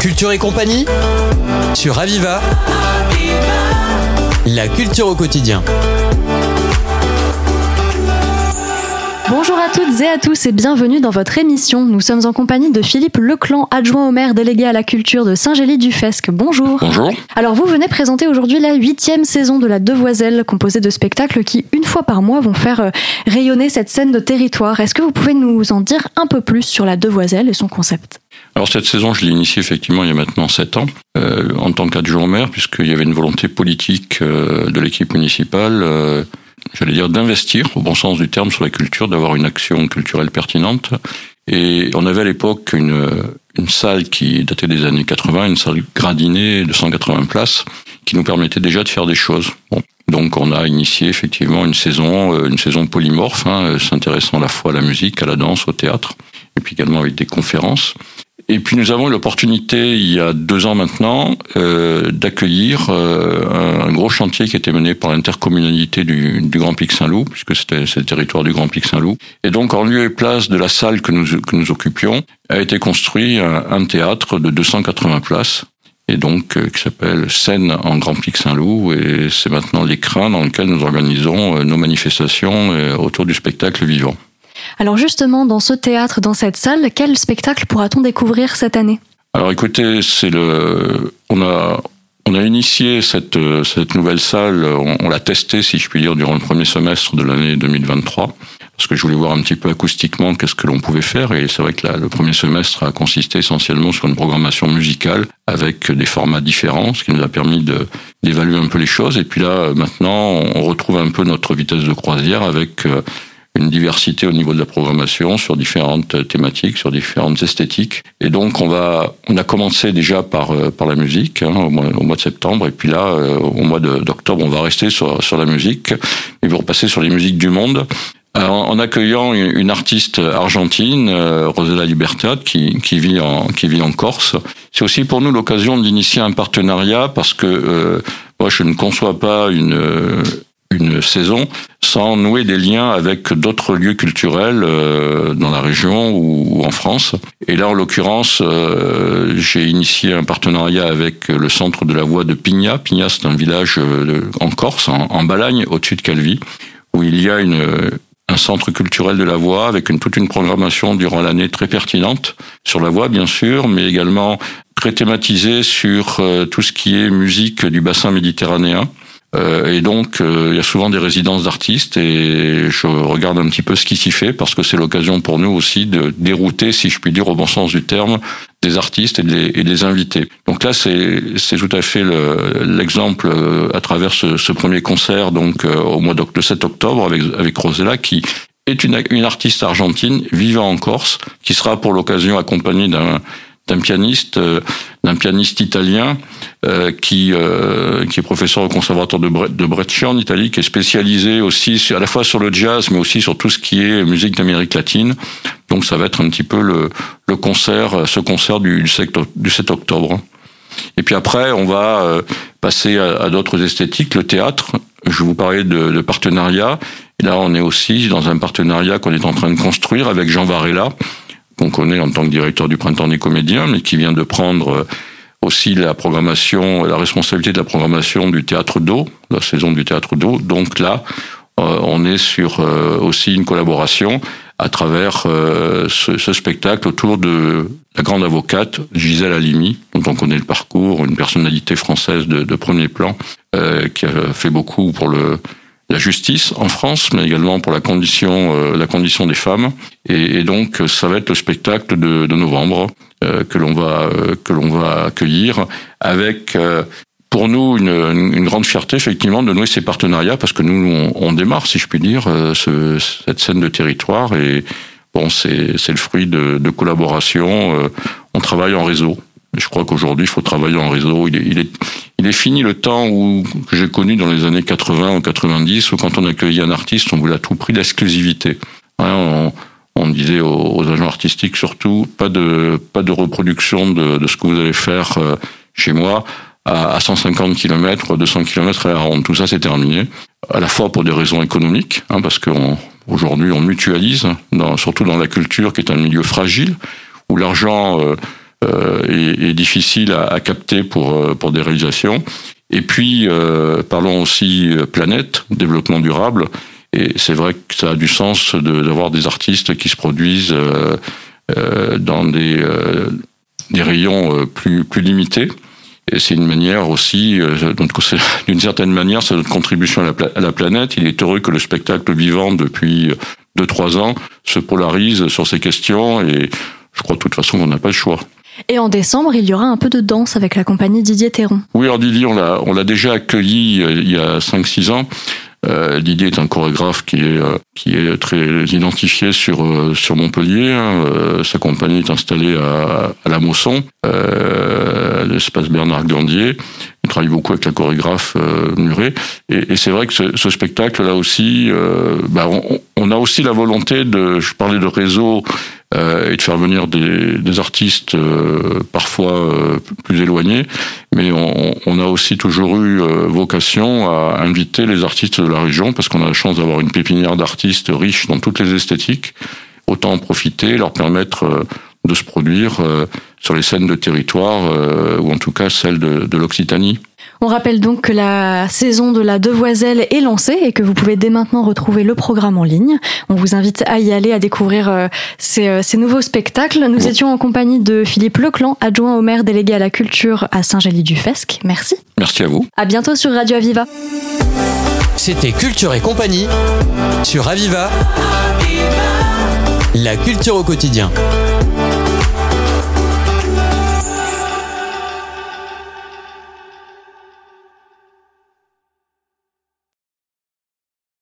Culture et compagnie sur Aviva. La culture au quotidien. Bonjour à toutes et à tous et bienvenue dans votre émission. Nous sommes en compagnie de Philippe Leclan, adjoint au maire délégué à la culture de Saint-Gély-du-Fesque. Bonjour. Bonjour. Alors vous venez présenter aujourd'hui la 8e saison de La Devoiselle, composée de spectacles qui, une fois par mois, vont faire rayonner cette scène de territoire. Est-ce que vous pouvez nous en dire un peu plus sur La Devoiselle et son concept ? Alors cette saison, je l'ai initiée effectivement il y a maintenant 7 ans, en tant qu'adjoint au maire, puisqu'il y avait une volonté politique de l'équipe municipale, j'allais dire d'investir, au bon sens du terme, sur la culture, d'avoir une action culturelle pertinente. Et on avait à l'époque une salle qui datait des années 80, une salle gradinée de 180 places, qui nous permettait déjà de faire des choses. Bon. Donc on a initié effectivement une saison polymorphe, s'intéressant à la fois à la musique, à la danse, au théâtre, et puis également avec des conférences. Et puis nous avons eu l'opportunité, il y a 2 ans maintenant, d'accueillir un gros chantier qui était mené par l'intercommunalité du Grand Pic Saint-Loup, puisque c'est le territoire du Grand Pic Saint-Loup. Et donc en lieu et place de la salle que nous occupions, a été construit un théâtre de 280 places, et donc qui s'appelle Scène en Grand Pic Saint-Loup, et c'est maintenant l'écrin dans lequel nous organisons nos manifestations autour du spectacle vivant. Alors justement, dans ce théâtre, dans cette salle, quel spectacle pourra-t-on découvrir cette année ? Alors écoutez, on a initié cette nouvelle salle, on l'a testée, si je puis dire, durant le premier semestre de l'année 2023, parce que je voulais voir un petit peu acoustiquement qu'est-ce que l'on pouvait faire, et c'est vrai que le premier semestre a consisté essentiellement sur une programmation musicale avec des formats différents, ce qui nous a permis d'évaluer un peu les choses, et puis là, maintenant, on retrouve un peu notre vitesse de croisière avec une diversité au niveau de la programmation sur différentes thématiques, sur différentes esthétiques. Et donc on a commencé déjà par la musique au mois de septembre, et puis là au mois d'octobre on va rester sur la musique, et pour passer sur les musiques du monde. En accueillant une artiste argentine, Rosella Libertad, qui vit en Corse. C'est aussi pour nous l'occasion d'initier un partenariat, parce que moi je ne conçois pas une saison sans nouer des liens avec d'autres lieux culturels dans la région ou en France. Et là, en l'occurrence, j'ai initié un partenariat avec le Centre de la Voix de Pigna. Pigna, c'est un village en Corse, en Balagne, au-dessus de Calvi, où il y a un centre culturel de la voix avec toute une programmation durant l'année très pertinente sur la voix, bien sûr, mais également très thématisée sur tout ce qui est musique du bassin méditerranéen. Et donc, il y a souvent des résidences d'artistes, et je regarde un petit peu ce qui s'y fait, parce que c'est l'occasion pour nous aussi de dérouter, si je puis dire, au bon sens du terme, des artistes et de les inviter. Donc là, c'est tout à fait l'exemple à travers ce premier concert, donc au mois de 7 octobre, avec Rosella, qui est une artiste argentine vivant en Corse, qui sera pour l'occasion accompagnée d'un pianiste italien qui est professeur au conservatoire de Brescia en Italie, qui est spécialisé aussi à la fois sur le jazz, mais aussi sur tout ce qui est musique d'Amérique latine. Donc ça va être un petit peu ce concert du 7 octobre. Et puis après, on va passer à d'autres esthétiques. Le théâtre, je vous parlais de partenariat. Et là, on est aussi dans un partenariat qu'on est en train de construire avec Jean Varela, qu'on connaît en tant que directeur du Printemps des comédiens, mais qui vient de prendre aussi la responsabilité de la programmation du Théâtre d'eau, la saison du Théâtre d'eau. Donc là, on est sur aussi une collaboration à travers ce spectacle autour de la grande avocate Gisèle Halimi, dont on connaît le parcours, une personnalité française de premier plan, qui a fait beaucoup pour la justice en France, mais également pour la condition des femmes. Et donc, ça va être le spectacle de novembre que l'on va accueillir avec, pour nous, une grande fierté, effectivement, de nouer ces partenariats, parce que nous, on démarre, si je puis dire, cette scène de territoire. Et bon, c'est le fruit de collaboration. On travaille en réseau. Je crois qu'aujourd'hui, il faut travailler en réseau. Il est fini le temps que j'ai connu dans les années 80 ou 90, où quand on accueillait un artiste, on voulait à tout prix l'exclusivité. On disait aux agents artistiques surtout, pas de reproduction de ce que vous allez faire chez moi à 150 km, 200 km à la ronde. Tout ça, c'est terminé. À la fois pour des raisons économiques, parce qu'aujourd'hui, on mutualise, surtout dans la culture, qui est un milieu fragile, où l'argent est difficile à capter pour des réalisations. Et puis, parlons aussi planète, développement durable. Et c'est vrai que ça a du sens d'avoir des artistes qui se produisent dans des rayons plus limités. Et c'est une manière aussi, d'une certaine manière, c'est notre contribution à la planète. Il est heureux que le spectacle vivant, depuis 2-3 ans, se polarise sur ces questions. Et je crois de toute façon qu'on n'a pas le choix. Et en décembre, il y aura un peu de danse avec la compagnie Didier Théron. Oui, alors Didier, on l'a déjà accueilli il y a 5-6 ans. Didier est un chorégraphe qui est très identifié sur Montpellier. Sa compagnie est installée à la Mosson, l'espace Bernard Glandier. Il travaille beaucoup avec la chorégraphe Muret. Et c'est vrai que ce spectacle-là aussi, on a aussi la volonté je parlais de réseau et de faire venir des artistes parfois plus éloignés, mais on a aussi toujours eu vocation à inviter les artistes de la région, parce qu'on a la chance d'avoir une pépinière d'artistes riches dans toutes les esthétiques. Autant en profiter, leur permettre de se produire sur les scènes de territoire, ou en tout cas celles de l'Occitanie. On rappelle donc que la saison de la Devoiselle est lancée et que vous pouvez dès maintenant retrouver le programme en ligne. On vous invite à y aller, à découvrir ces nouveaux spectacles. Nous étions en compagnie de Philippe Leclan, adjoint au maire délégué à la culture à Saint-Gély-du-Fesque. Merci. Merci à vous. À bientôt sur Radio Aviva. C'était Culture et compagnie sur Aviva. La culture au quotidien.